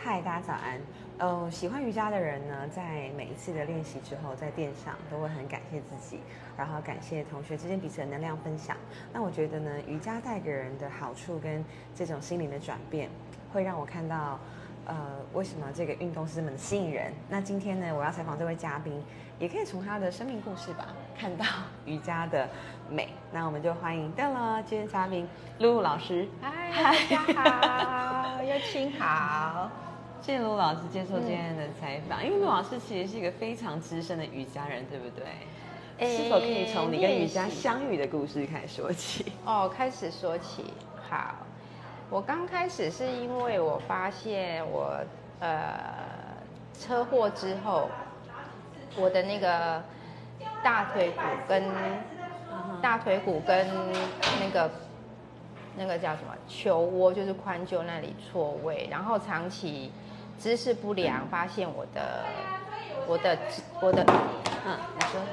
嗨，大家早安。喜欢瑜伽的人呢，在每一次的练习之后，在垫上都会很感谢自己，然后感谢同学之间彼此的能量分享。那我觉得呢，瑜伽带给人的好处跟这种心灵的转变，会让我看到，为什么这个运动是这么的吸引人。那今天呢，我要采访这位嘉宾，也可以从他的生命故事吧，看到瑜伽的美。那我们就欢迎到了今天嘉宾露露老师。 嗨，大家好，又青好。 谢谢卢老师接受今天的采访，因为卢老师其实是一个非常资深的瑜伽人，对不对？是否可以从你跟瑜伽相遇的故事开始说起？ 开始说起。好，我刚开始是因为我发现我车祸之后，我的那个大腿骨跟那个叫什么球窝，就是髋臼那里错位，然后长期姿势不良，发现我的， 你说，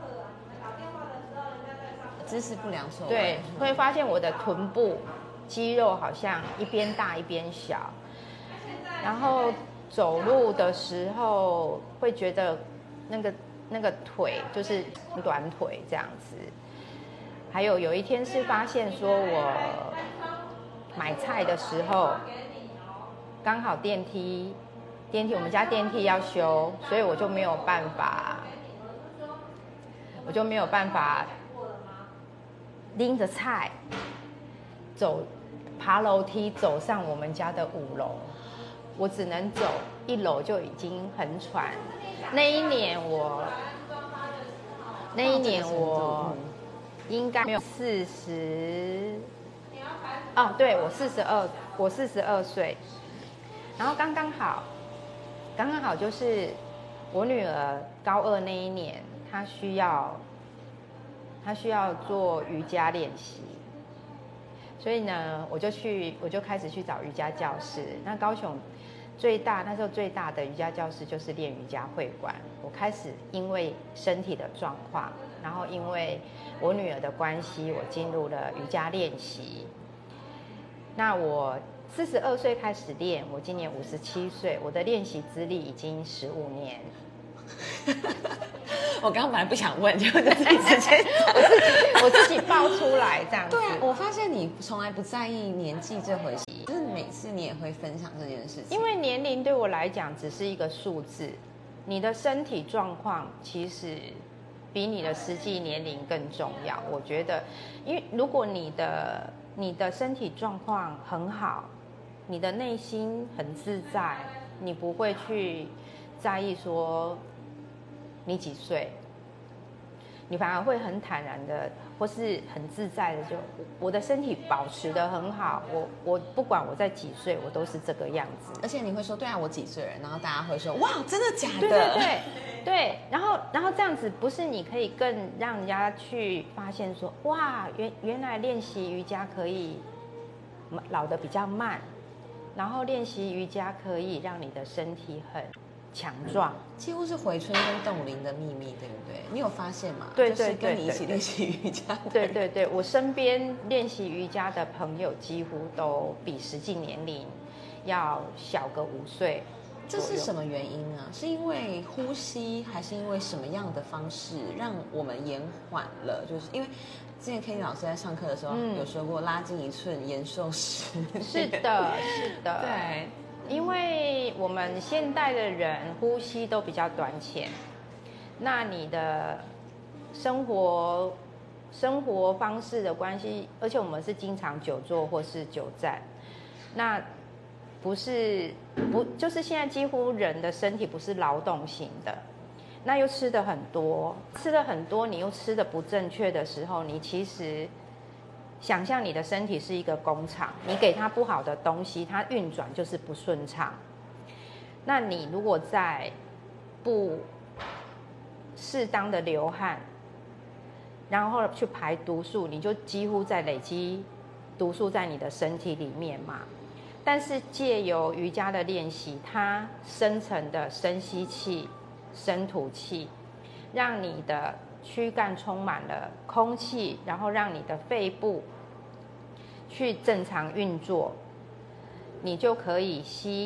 姿势不良错位， 对，会发现我的臀部肌肉好像一边大一边小，然后走路的时候会觉得那个腿就是短腿这样子。还有一天是发现说我买菜的时候，刚好电梯我们家电梯要修，所以我就没有办法拎着菜爬楼梯走上我们家的5楼，我只能走1楼就已经很喘。那一年我应该没有40，对，我42岁，然后刚刚好就是我女儿高2那一年，她需要做瑜伽练习，所以呢，我就开始去找瑜伽教室。那高雄那时候最大的瑜伽教室就是练瑜伽会馆。我开始因为身体的状况，然后因为我女儿的关系，我进入了瑜伽练习。那我42岁开始练，我今年57岁，我的练习资历已经15年。 我刚刚本来不想问，就自己直接我自己爆出来这样子。 对，我发现你从来不在意年纪这回事，就是每次你也会分享这件事情。 因为年龄对我来讲只是一个数字，你的身体状况其实比你的实际年龄更重要。我觉得，因为如果你的身体状况很好，你的内心很自在，你不会去在意说你几岁，你反而会很坦然的，或是很自在的，就我的身体保持得很好，我不管我在几岁，我都是这个样子。 而且你会说，对啊，我几岁了，然后大家会说，哇，真的假的？ 对，然后这样子不是你可以更让人家去发现说，哇，原来练习瑜伽可以老得比较慢，然后练习瑜伽可以让你的身体很强壮， 几乎是回春跟冻龄的秘密，对不对？你有发现吗？ 对， 就是跟你一起练习瑜伽。 对，我身边练习瑜伽的朋友几乎都比实际年龄要小个5岁。 这是什么原因啊？是因为呼吸，还是因为什么样的方式让我们延缓了？就是因为之前 Kenny 老师在上课的时候有说过，拉筋1寸，延寿10。 是的。 对， 因为我们现代的人呼吸都比较短浅，那你的生活方式的关系，而且我们是经常久坐或是久站，那就是现在几乎人的身体不是劳动型的，那又吃的很多，你又吃的不正确的时候，你其实想象你的身体是一个工厂，你给它不好的东西，它运转就是不顺畅。那你如果在不适当的流汗，然后去排毒素，你就几乎在累积毒素在你的身体里面嘛。但是借由瑜伽的练习，它深层的深吸气、深吐气，让你的躯干充满了空气，然后让你的肺部去正常运作，你就可以吸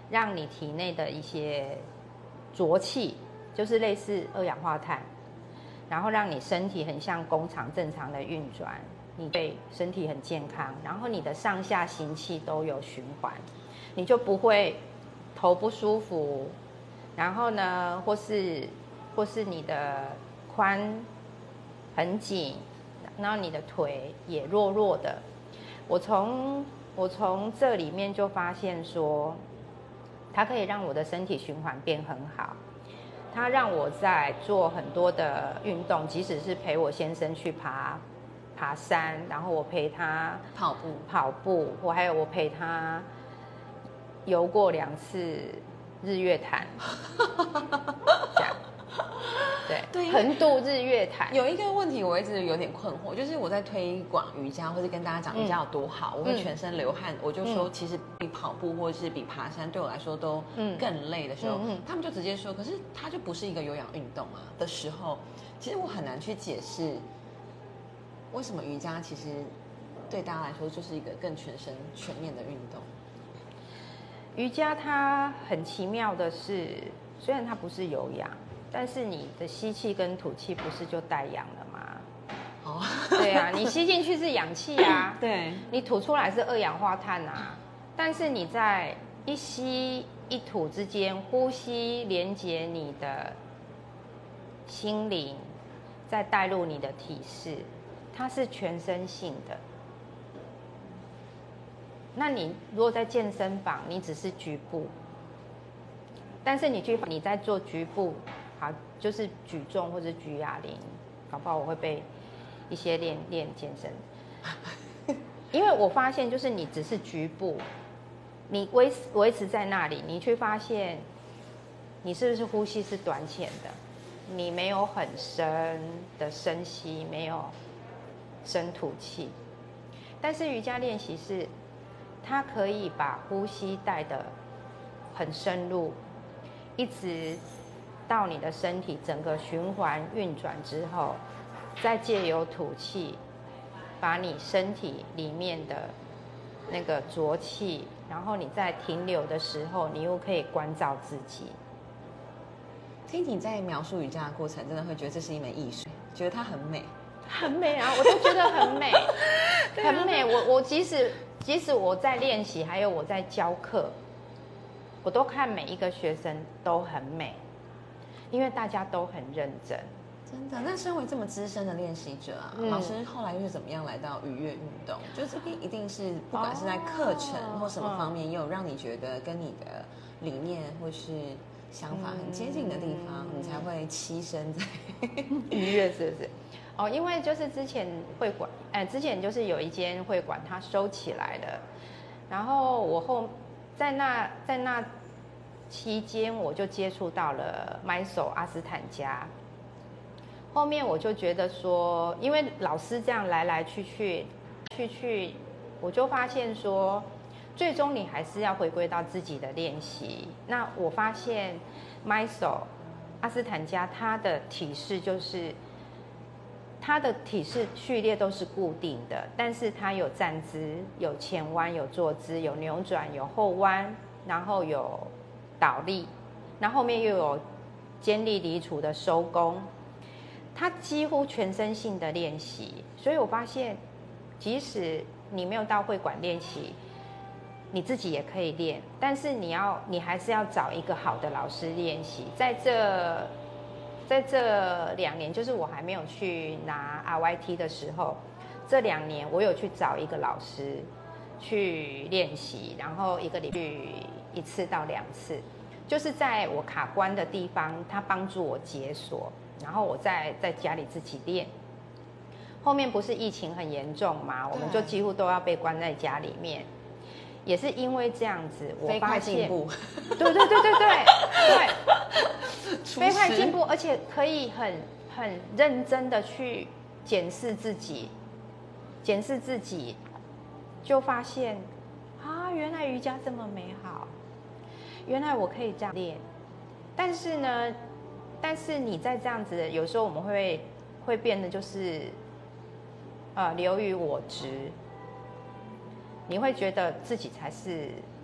让你体内的一些浊气，就是类似二氧化碳，然后让你身体很像工厂正常的运转，你对身体很健康，然后你的上下行气都有循环，你就不会头不舒服，然后呢，或是你的髋很紧，然后你的腿也弱弱的。我从这里面就发现说，它可以让我的身体循环变很好。它让我在做很多的运动，即使是陪我先生去爬山，然后我陪他跑步，我陪他游过2次日月潭，这样。对，横渡日月潭。 有一个问题我一直有点困惑，就是我在推广瑜伽或者跟大家讲瑜伽有多好，我会全身流汗，我就说其实比跑步或者是比爬山对我来说都更累的时候，他们就直接说，可是它就不是一个有氧运动啊的时候，其实我很难去解释为什么瑜伽其实对大家来说就是一个更全面的运动。 瑜伽它很奇妙的是，虽然它不是有氧，但是你的吸气跟吐气不是就带氧了吗？ 哦， 对啊，你吸进去是氧气啊， 对， 你吐出来是二氧化碳啊。但是你在一吸一吐之间，呼吸连接你的心灵，再带入你的体式，它是全身性的。那你如果在健身房，你只是局部，但是你在做局部，好，就是举重或者举哑铃，搞不好我会被一些练健身，因为我发现就是你只是局部，你维持在那里，你却发现你是不是呼吸是短浅的，你没有很深的深吸，没有深吐气，但是瑜伽练习是。它可以把呼吸带得很深入，一直到你的身体整个循环运转之后，再借由吐气，把你身体里面的那个浊气，然后你在停留的时候，你又可以关照自己。 听你在描述瑜伽的过程，真的会觉得这是一门艺术，觉得它很美， 很美啊！我都觉得很美，很美。我即使我在练习，还有我在教课，我都看每一个学生都很美，因为大家都很认真。 真的，那身为这么资深的练习者啊，老师后来又是怎么样来到愉悦运动？就这边一定是不管是在课程或什么方面，也有让你觉得跟你的理念或是想法很接近的地方，你才会栖身在愉悦，是不是？哦，因为就是之前会馆，之前就是有一间会馆，它收起来了，然后我在那期间，我就接触到了MySoul阿斯坦加。后面我就觉得说，因为老师这样来来去去，我就发现说，最终你还是要回归到自己的练习。那我发现MySoul阿斯坦加它的体式就是。它的体式序列都是固定的，但是它有站姿、有前弯、有坐姿、有扭转、有后弯，然后有倒立，然后后面又有肩力离杵的收弓，它几乎全身性的练习。所以我发现，即使你没有到会馆练习，你自己也可以练，但是你还是要找一个好的老师练习。在这2年，就是我还没有去拿 RYT 的时候，这2年我有去找一个老师去练习，然后一个礼拜1次到2次，就是在我卡关的地方，他帮助我解锁，然后我在家里自己练。后面不是疫情很严重嘛，我们就几乎都要被关在家里面。也是因为这样子，我发现，对，飞快进步，而且可以很认真的去检视自己，就发现啊，原来瑜伽这么美好，原来我可以这样练。但是你在这样子，有时候我们会变得就是流于我执。你会觉得自己才是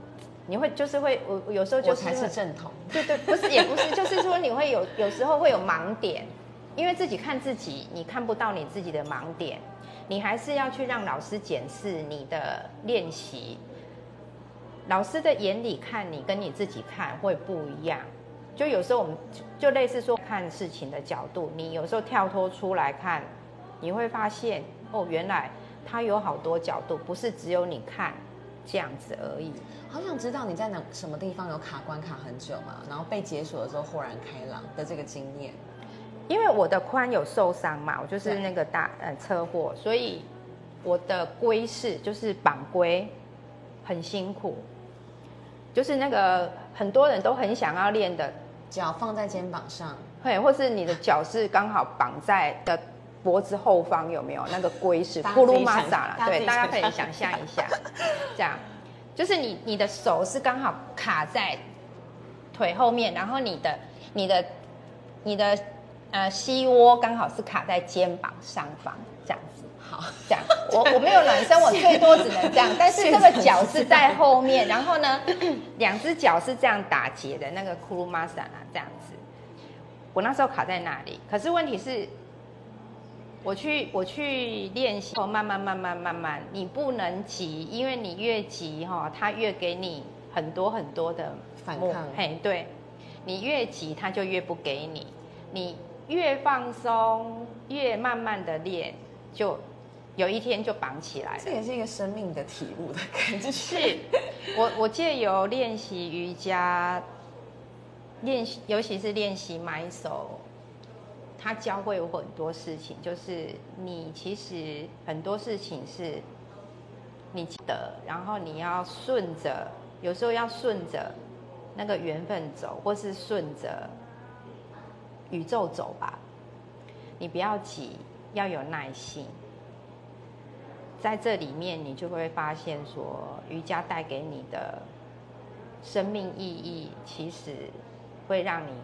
你会就是会我有时候就是我才是正统。 对对，不是也不是，就是说你会有时候会有盲点，因为自己看自己，你看不到你自己的盲点，你还是要去让老师检视你的练习。老师的眼里看你跟你自己看会不一样，就有时候我们就类似说看事情的角度，你有时候跳脱出来看，你会发现哦，原来它有好多角度，不是只有你看这样子而已。 好想知道你在什么地方有卡关卡很久嘛，然后被解锁的时候豁然开朗的这个经验。 因为我的髋有受伤嘛，我就是那个车祸，所以我的龟式就是绑龟很辛苦，就是那个很多人都很想要练的， 脚放在肩膀上， 对，或是你的脚是刚好绑在的脖子后方，有没有那个龟式库鲁玛萨啦？对，大家可以想象一下，这样就是你的手是刚好卡在腿后面，然后你的膝窝刚好是卡在肩膀上方，这样子。 好， 这样我没有暖身，我最多只能这样，但是这个脚是在后面，然后呢，两只脚是这样打结的那个库鲁玛萨啊，这样子。我那时候卡在那里，可是问题是，我去练习后，慢慢，你不能急，因为你越急哈，他越给你很多的反抗。 嘿，对，你越急，他就越不给你，你越放松，越慢慢的练，就有一天就绑起来了。 这也是一个生命的体悟的感觉。 是，我借由练习瑜伽，尤其是练习埋手，它教会我很多事情，就是你其实很多事情是你的，然后你要顺着，有时候要顺着那个缘分走，或是顺着宇宙走吧。你不要急，要有耐心。在这里面，你就会发现说，瑜伽带给你的生命意义，其实会让你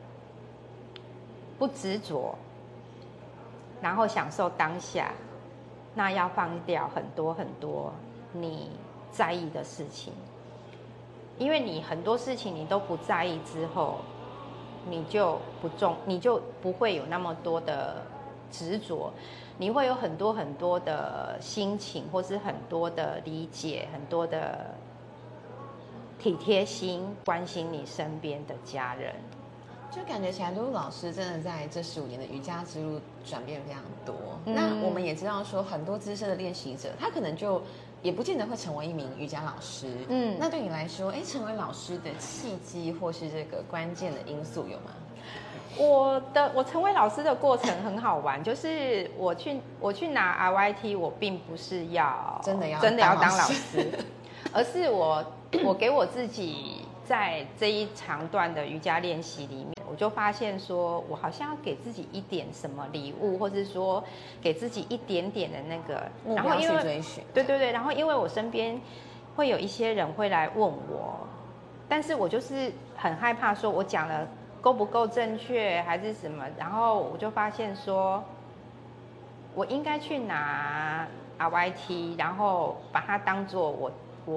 不执着，然后享受当下。那要放掉很多你在意的事情，因为你很多事情你都不在意之后，你就不会有那么多的执着，你会有很多的心情，或是很多的理解，很多的体贴心，关心你身边的家人。 就感觉起来，露露老师真的在这15年的瑜伽之路转变非常多。那我们也知道说，很多资深的练习者，他可能就也不见得会成为一名瑜伽老师。那对你来说，成为老师的契机或是这个关键的因素有吗？ 我成为老师的过程很好玩，就是我去拿 RYT， 我并不是要真的要当老师，而是我给我自己在这一长段的瑜伽练习里面，我就发现说，我好像要给自己一点什么礼物，或是说给自己一点点的那个目标去追寻。 对，然后因为我身边会有一些人会来问我，但是我就是很害怕说我讲了够不够正确还是什么，然后我就发现说，我应该去拿 RYT， 然后把它当做我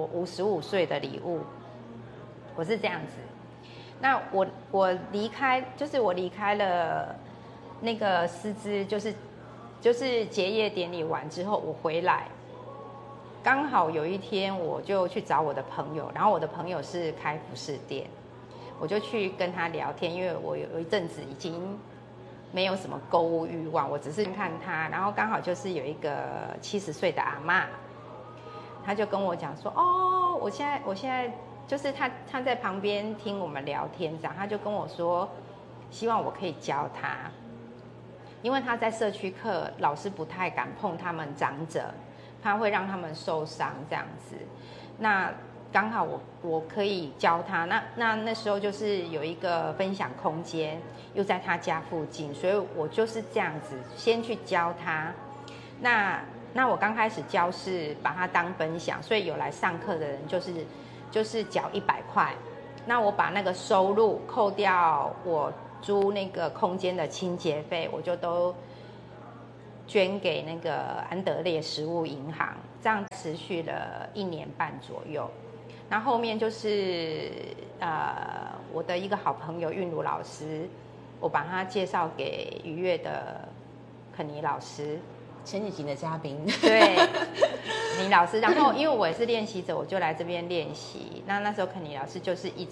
55岁的礼物。我是这样子，那我离开了那个师资，就是结业典礼完之后，我回来，刚好有一天我就去找我的朋友，然后我的朋友是开服饰店，我就去跟他聊天，因为我有一阵子已经没有什么购物欲望，我只是看他，然后刚好就是有一个70岁的阿嬷，他就跟我讲说，哦，我现在。就是他在旁边听我们聊天，这样他就跟我说，希望我可以教他，因为他在社区课，老师不太敢碰他们长者，怕会让他们受伤这样子。那刚好我可以教他，那时候就是有一个分享空间，又在他家附近，所以我就是这样子先去教他。那我刚开始教是把它当分享，所以有来上课的人就是缴100块，那我把那个收入扣掉我租那个空间的清洁费，我就都捐给那个安德烈食物银行，这样持续了1年半左右。 那后面就是我的一个好朋友韵如老师，我把他介绍给愉悦的肯尼老师， 前几集的嘉宾。 对，肯尼老师。然后因为我也是练习者，我就来这边练习。那时候肯尼老师就是一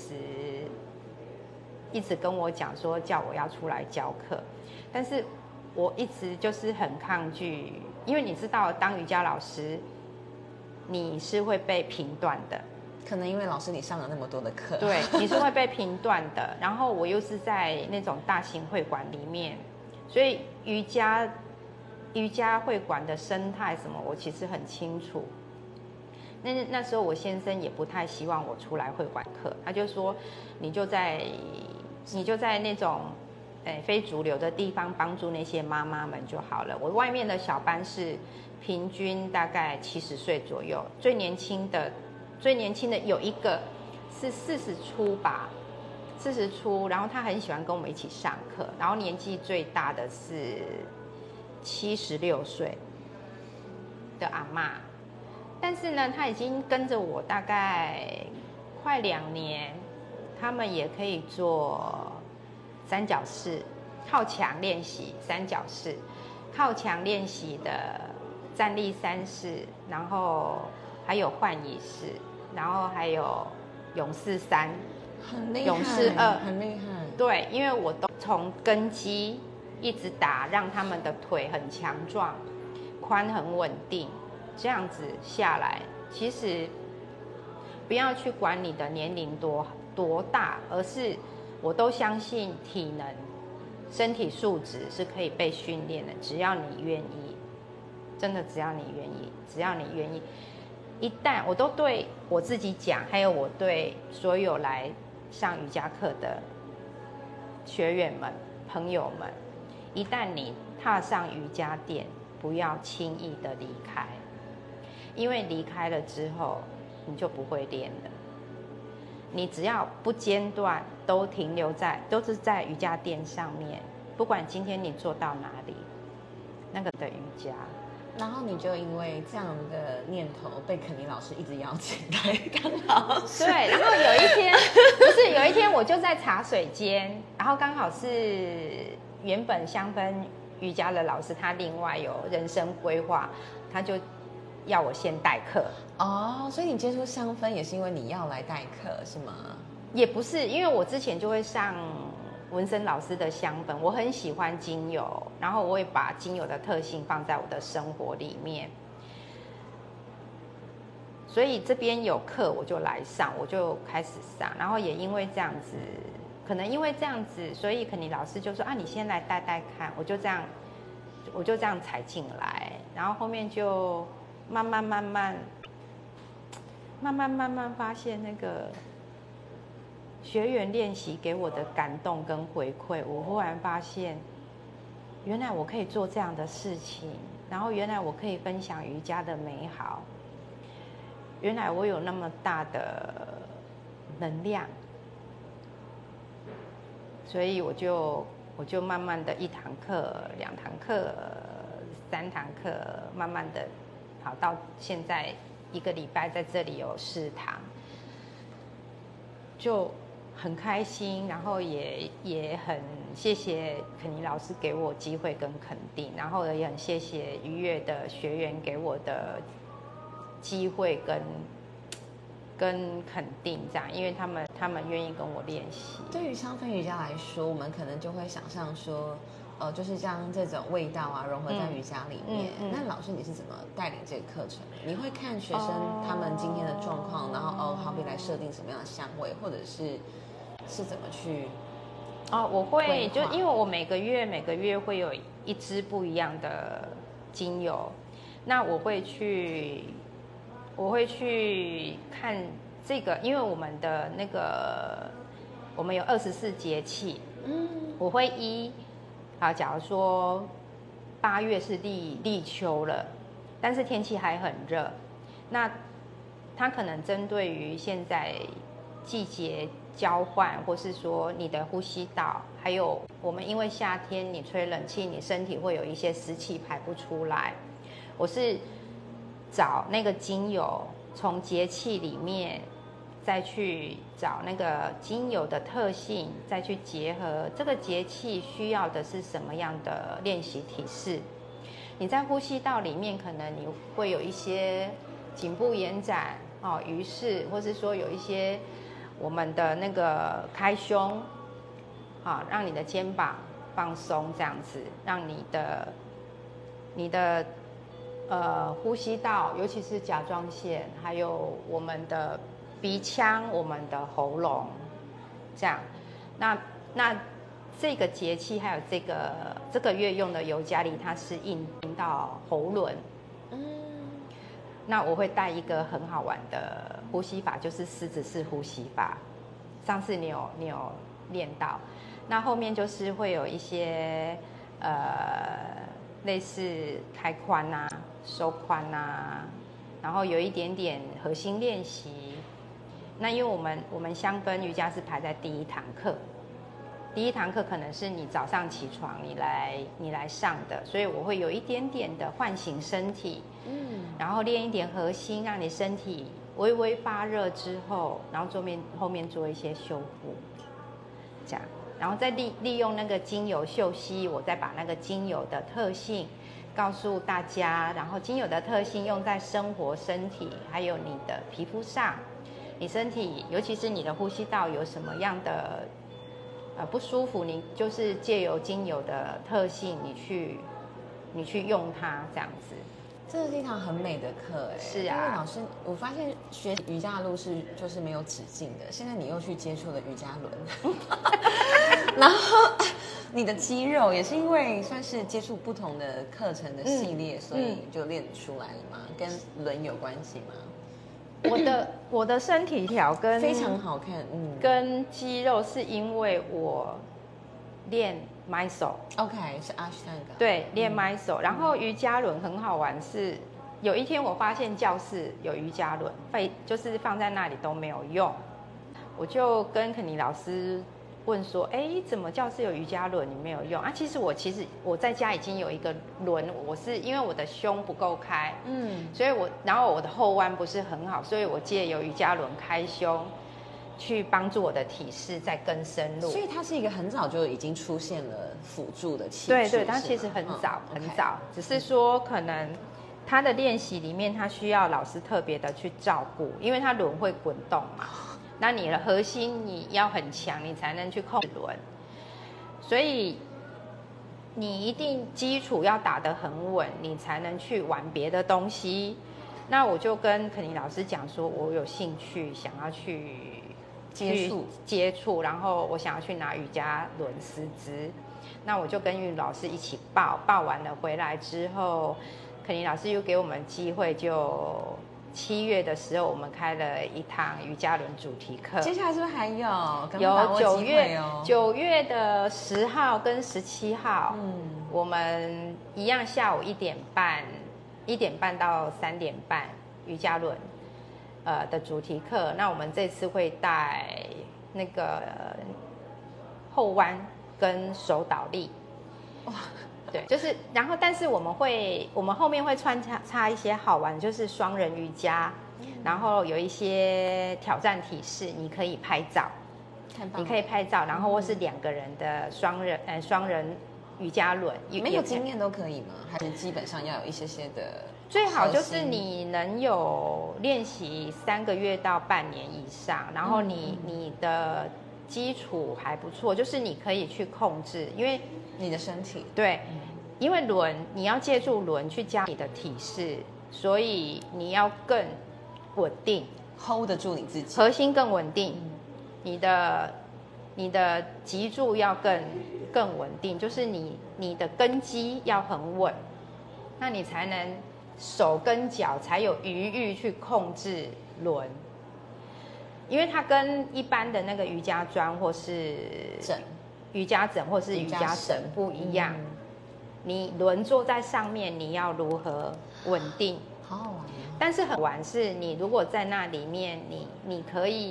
直跟我讲说，叫我要出来教课，但是我一直就是很抗拒，因为你知道，当瑜伽老师，你是会被评断的。 可能因为老师你上了那么多的课， 对，你是会被评断的。然后我又是在那种大型会馆里面，所以瑜伽会馆的生态什么，我其实很清楚。那时候我先生也不太希望我出来会馆课，他就说你就在那种非主流的地方帮助那些妈妈们就好了。我外面的小班是平均大概70岁左右，最年轻的有一个是40出吧，40出，然后他很喜欢跟我们一起上课，然后年纪最大的是76岁的阿嬷，但是呢，他已经跟着我大概快2年，他们也可以做三角式，靠墙练习三角式，靠墙练习的站立3式，然后还有换椅式，然后还有勇士3， 很厉害， 勇士2， 很厉害。 对，因为我都从根基一直打，让他们的腿很强壮，髋很稳定，这样子下来，其实不要去管你的年龄多大，而是我都相信体能、身体素质是可以被训练的，只要你愿意，真的只要你愿意，只要你愿意。一旦我都对我自己讲，还有我对所有来上瑜伽课的学员们、朋友们，一旦你踏上瑜伽垫，不要轻易的离开，因为离开了之后，你就不会练了。你只要不间断，都是在瑜伽垫上面，不管今天你做到哪里，那个的瑜伽。 然后你就因为这样的念头被肯尼老师一直邀请来当老师。 对，然后有一天我就在茶水间，然后刚好是原本香氛瑜伽的老师，他另外有人生规划，他就要我先代课。 哦，所以你接触香氛也是因为你要来代课是吗？ 也不是，因为我之前就会上文森老师的香氛，我很喜欢精油，然后我会把精油的特性放在我的生活里面，所以这边有课我就来上，我就开始上，然后也因为这样子，可能因为这样子，所以肯尼老师就说啊，你先来带带看，我就这样踩进来，然后后面就慢慢发现那个学员练习给我的感动跟回馈，我忽然发现，原来我可以做这样的事情，然后原来我可以分享瑜伽的美好，原来我有那么大的能量，所以我就慢慢的1堂课、2堂课、3堂课，慢慢的好到现在1个礼拜在这里有4堂，就很开心，然后也很谢谢肯尼老师给我机会跟肯定，然后也很谢谢愉悦的学员给我的机会跟肯定，这样，因为他们愿意跟我练习。 对于香氛瑜伽来说，我们可能就会想象说，就是将这种味道啊融合在瑜伽里面。那老师你是怎么带领这个课程？你会看学生他们今天的状况，然后好比来设定什么样的香味，或者是怎么去？ 我会就因为我每个月会有1支不一样的精油，那我会去看这个，因为我们的那个我们有24节气，我会假如说8月是立秋了，但是天气还很热，那它可能针对于现在季节交换，或是说你的呼吸道，还有我们因为夏天你吹冷气，你身体会有一些湿气排不出来，我是找那个精油从节气里面再去找那个精油的特性，再去结合这个节气需要的是什么样的练习体式。你在呼吸道里面，可能你会有一些颈部延展哦，于是或是说有一些我们的那个开胸，啊，让你的肩膀放松，这样子，让你的呼吸道，尤其是甲状腺，还有我们的鼻腔、我们的喉咙，这样，那这个节气还有这个月用的尤加利，它是应到喉轮。那我会带一个很好玩的呼吸法，就是狮子式呼吸法。上次你有练到，那后面就是会有一些类似开髋啊、收髋啊，然后有一点点核心练习。那因为我们香氛瑜伽是排在第一堂课，第一堂课可能是你早上起床你来上的，所以我会有一点点的唤醒身体，然后练一点核心，让你身体微微发热之后，然后后面做一些修复，这样，然后再利用那个精油嗅吸，我再把那个精油的特性告诉大家，然后精油的特性用在生活、身体还有你的皮肤上，你身体尤其是你的呼吸道有什么样的不舒服，你就是借由精油的特性，你去用它，这样子。 这是一堂很美的课，哎， 是啊。 因为老师，我发现学瑜伽的路就是没有止境的。现在你又去接触了瑜伽轮，然后你的肌肉也是因为算是接触不同的课程的系列，所以就练出来了吗？跟轮有关系吗？ 我的身体条跟非常好看， 跟肌肉是因为我练 Mysore，OK， 是阿斯坦加， 对，练 Mysore，然后瑜伽轮很好玩，是有一天我发现教室有瑜伽轮，就是放在那里都没有用，我就跟肯尼老师问说，怎么教室有瑜伽轮你没有用啊？其实我在家已经有一个轮，我是因为我的胸不够开，所以然后我的后弯不是很好，所以我借由瑜伽轮开胸，去帮助我的体式再更深入。 所以它是一个很早就已经出现了辅助的器具，对，它其实很早，只是说可能它的练习里面，它需要老师特别的去照顾，因为它轮会滚动嘛。那你的核心你要很强，你才能去控制轮，所以你一定基础要打得很稳，你才能去玩别的东西。那我就跟肯尼老师讲说，我有兴趣想要去接触，然后我想要去拿瑜伽轮师资。那我就跟玉老师一起报完了回来之后，肯尼老师又给我们机会，就7月的时候，我们开了一堂瑜伽轮主题课。 接下来是不是还有 9月的10号跟17号，我们一样下午1点半到3点半瑜伽轮的主题课。那我们这次会带那个后弯跟手倒立。哇！对，就是然后，但是我们后面会穿插一些好玩，就是双人瑜伽，然后有一些挑战体式，你可以拍照，然后或是2个人的双人瑜伽轮， 没有经验都可以吗？还是基本上要有一些的？ 最好就是你能有练习3个月到半年以上，然后你的基础还不错，就是你可以去控制，因为你的身体对，因为轮你要借助轮去加你的体式，所以你要更稳定 ，hold 得住你自己， 核心更稳定，你的脊柱要更稳定，就是你的根基要很稳，那你才能手跟脚才有余裕去控制轮。因为它跟一般的那个瑜伽砖或是瑜伽枕或是瑜伽绳不一样，你轮坐在上面，你要如何稳定？ 好好玩。 但是很玩是，你如果在那里面，你可以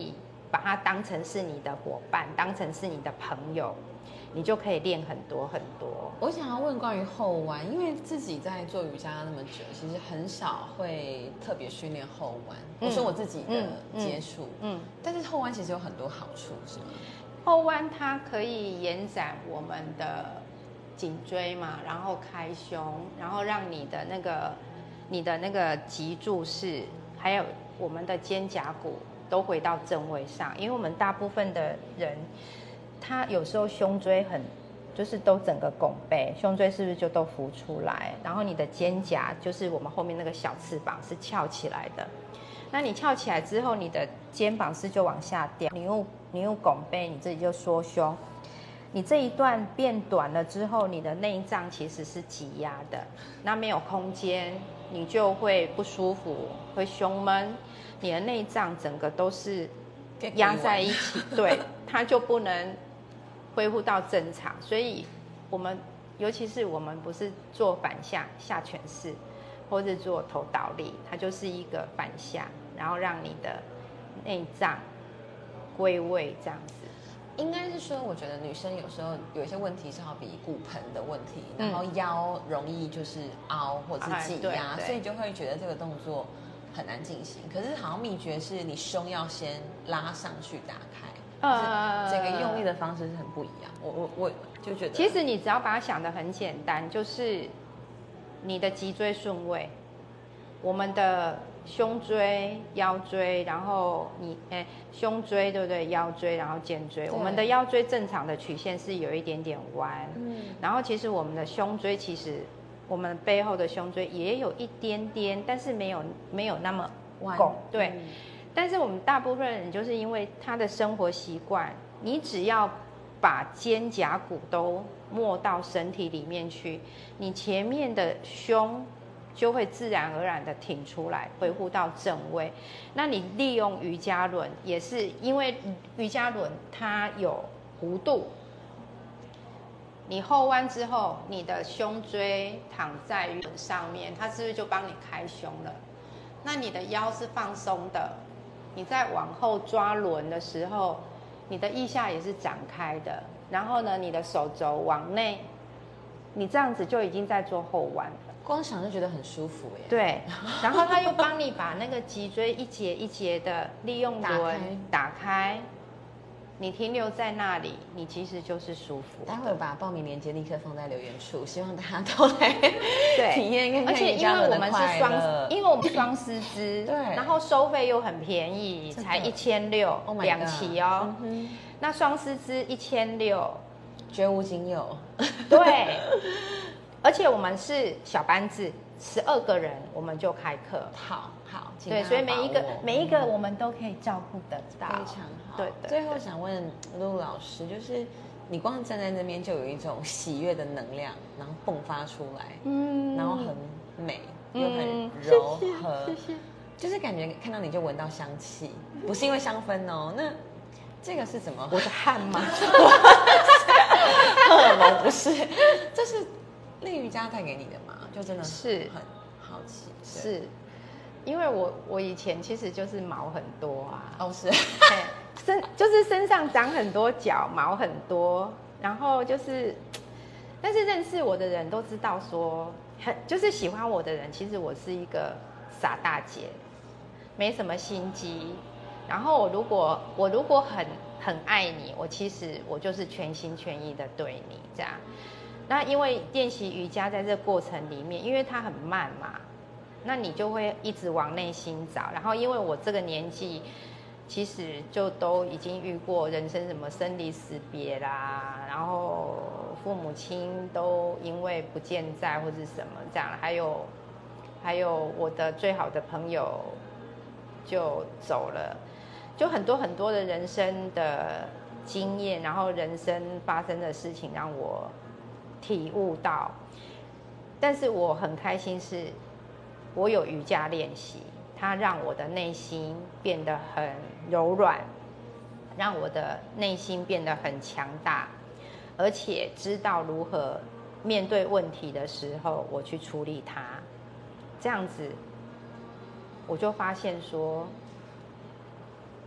把它当成是你的伙伴，当成是你的朋友，你就可以练很多很多。 我想要问关于后弯，因为自己在做瑜伽那么久，其实很少会特别训练后弯。我说我自己的接触，但是后弯其实有很多好处，是吗？ 后弯它可以延展我们的颈椎嘛，然后开胸，然后让你的那个脊柱式，还有我们的肩胛骨都回到正位上。因为我们大部分的人，他有时候胸椎就是都整个拱背，胸椎是不是就都浮出来？然后你的肩胛就是我们后面那个小翅膀是翘起来的。那你翘起来之后，你的肩膀是就往下掉，你用拱背，你自己就缩胸。你这一段变短了之后，你的内脏其实是挤压的，那没有空间，你就会不舒服，会胸闷，你的内脏整个都是压在一起，对，它就不能恢复到正常。所以尤其是我们不是做反下犬式，或是做头倒立，它就是一个反下，然后让你的内脏归位这样子。 应该是说，我觉得女生有时候有一些问题是好比骨盆的问题，然后腰容易就是凹或者是挤压，所以就会觉得这个动作很难进行。可是好像秘诀是你胸要先拉上去打开，整个用力的方式是很不一样。我就觉得， 其实你只要把它想得很简单，就是你的脊椎顺位，我们的胸椎、腰椎，然后胸椎对不对？腰椎，然后肩椎。我们的腰椎正常的曲线是有一点点弯，然后其实我们的胸椎，其实我们背后的胸椎也有一点点，但是没有那么拱，对。但是我们大部分人就是因为他的生活习惯，你只要把肩胛骨都没到身体里面去，你前面的胸就会自然而然的挺出来，恢复到正位。那你利用瑜伽轮，也是因为瑜伽轮它有弧度，你后弯之后，你的胸椎躺在轮上面，它是不是就帮你开胸了？那你的腰是放松的，你在往后抓轮的时候，你的腋下也是展开的，然后呢，你的手肘往内，你这样子就已经在做后弯了。 光想就觉得很舒服耶。 对，然后他又帮你把那个脊椎一节一节的利用轮打开，你停留在那里，你其实就是舒服。 待会把报名链接立刻放在留言处，希望大家都来体验看看。 而且因为我们是因为我们双师资，对，然后收费又很便宜，才1600，2期哦。那双师资1600， 绝无仅有。 对。而且我们是小班制，12个人我们就开课。 好， 对，所以每一个我们都可以照顾得到， 非常好。 对。 最后想问露露老师，就是你光站在那边就有一种喜悦的能量，然后迸发出来，然后很美又很柔和， 谢谢。 就是感觉看到你就闻到香气，不是因为香氛哦。那这个是怎么？ 我的汗吗？ 荷尔蒙不是，这是练瑜伽带给你的吗？就真的是很好奇。 是因为我以前其实就是毛很多啊。 哦，是。 就是身上长很多角，毛很多，然后就是，但是认识我的人都知道说，就是喜欢我的人，其实我是一个傻大姐，没什么心机。然后我如果很爱你，其实我就是全心全意的对你这样。那因为练习瑜伽在这过程里面，因为它很慢嘛，那你就会一直往内心找。然后因为我这个年纪，其实就都已经遇过人生什么生离死别啦，然后父母亲都因为不健在或是什么这样，还有我的最好的朋友就走了，就很多很多的人生的经验，然后人生发生的事情让我体悟到。但是我很开心是我有瑜伽练习，它让我的内心变得很柔软，让我的内心变得很强大，而且知道如何面对问题的时候我去处理它。这样子我就发现说，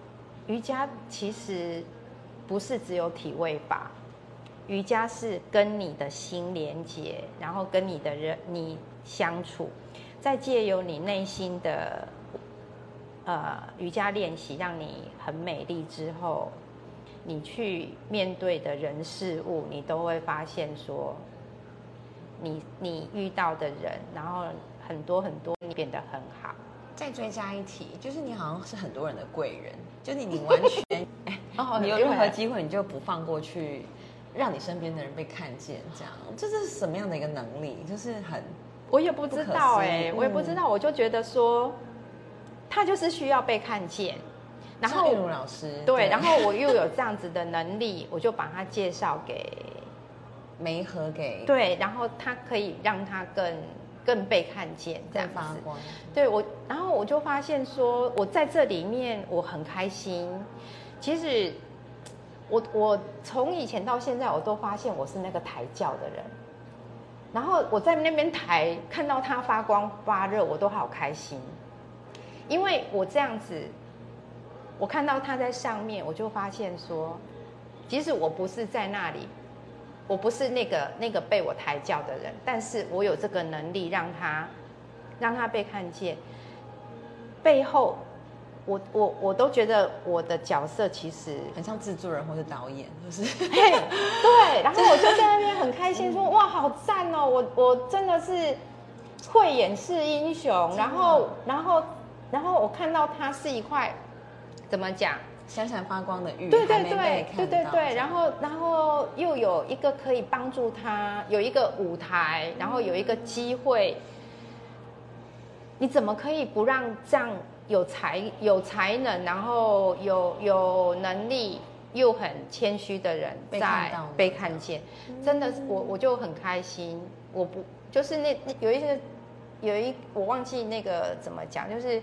瑜伽其实不是只有体位法，瑜伽是跟你的心连接，然后跟你相处，再借由你内心的瑜伽练习，让你很美丽之后，你去面对的人事物，你都会发现说，你遇到的人，然后很多你变得很好。 再追加一题，就是你好像是很多人的贵人，就你完全你有任何机会你就不放过去，让你身边的人被看见，这是什么样的一个能力？就是我也不知道我也不知道，我就觉得说，他就是需要被看见。然后玉茹老师对，然后我又有这样子的能力，我就把他介绍给媒合给对，然后他可以让他更被看见，这样子发光。 对我，然后我就发现说，我在这里面我很开心。其实我从以前到现在，我都发现我是那个抬轿的人。然后我在那边抬，看到他发光发热，我都好开心。因为我这样子，我看到他在上面，我就发现说，即使我不是在那里，我不是那个被我抬轿的人，但是我有这个能力让他被看见。背后，我都觉得我的角色其实很像制作人或是导演，就是对。然后我就在那边很开心说，哇，好赞哦！我真的是慧眼识英雄。然后我看到他是一块怎么讲？ 闪闪发光的玉， 对，然后又有一个可以帮助他，有一个舞台，然后有一个机会，你怎么可以不让这样有才能，然后有能力又很谦虚的人在被看见？真的，我就很开心。我不就是我忘记那个怎么讲，就是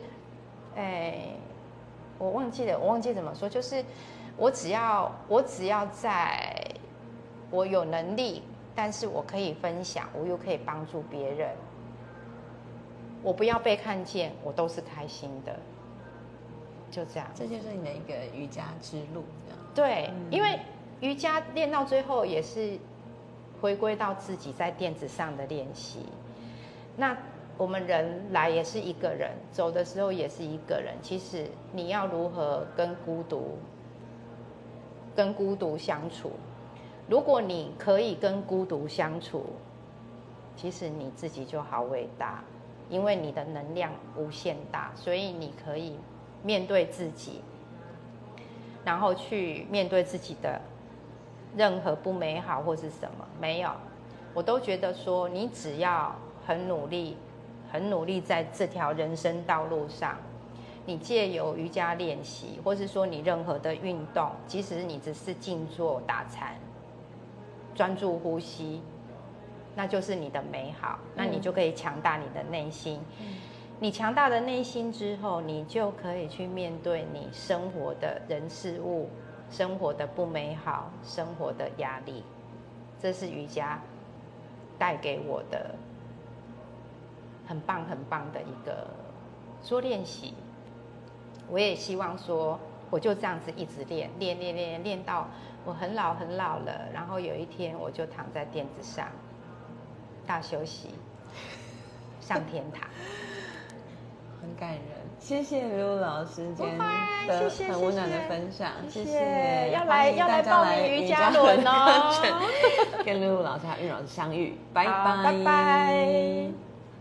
我忘记怎么说，就是我只要在我有能力，但是我可以分享，我又可以帮助别人，我不要被看见，我都是开心的，就这样。 这就是你的一个瑜伽之路，这样。 对，因为瑜伽练到最后也是回归到自己在垫子上的练习。那我们人来也是一个人，走的时候也是一个人。其实你要如何跟孤独相处？如果你可以跟孤独相处，其实你自己就好伟大，因为你的能量无限大，所以你可以面对自己，然后去面对自己的任何不美好或是什么没有，我都觉得说，你只要很努力在这条人生道路上，你借由瑜伽练习，或是说你任何的运动，即使你只是静坐打禅，专注呼吸，那就是你的美好，那你就可以强大你的内心。你强大的内心之后，你就可以去面对你生活的人事物，生活的不美好，生活的压力。这是瑜伽带给我的很棒的一个说练习。我也希望说，我就这样子一直练到我很老了，然后有一天我就躺在垫子上大休息，上天堂。 很感人，谢谢露露老师今天的很温暖的分享，谢谢。要来报名瑜伽轮哦， 跟露露老师还有玉老师相遇，拜拜。